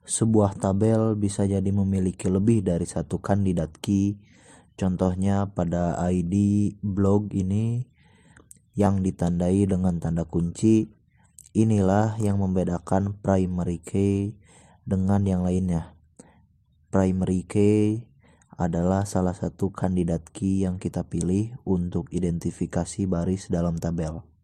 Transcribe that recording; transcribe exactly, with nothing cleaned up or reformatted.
Sebuah tabel bisa jadi memiliki lebih dari satu kandidat key. Contohnya pada I D blog ini yang ditandai dengan tanda kunci. Inilah yang membedakan primary key dengan yang lainnya. Primary key adalah salah satu kandidat key yang kita pilih untuk identifikasi baris dalam tabel.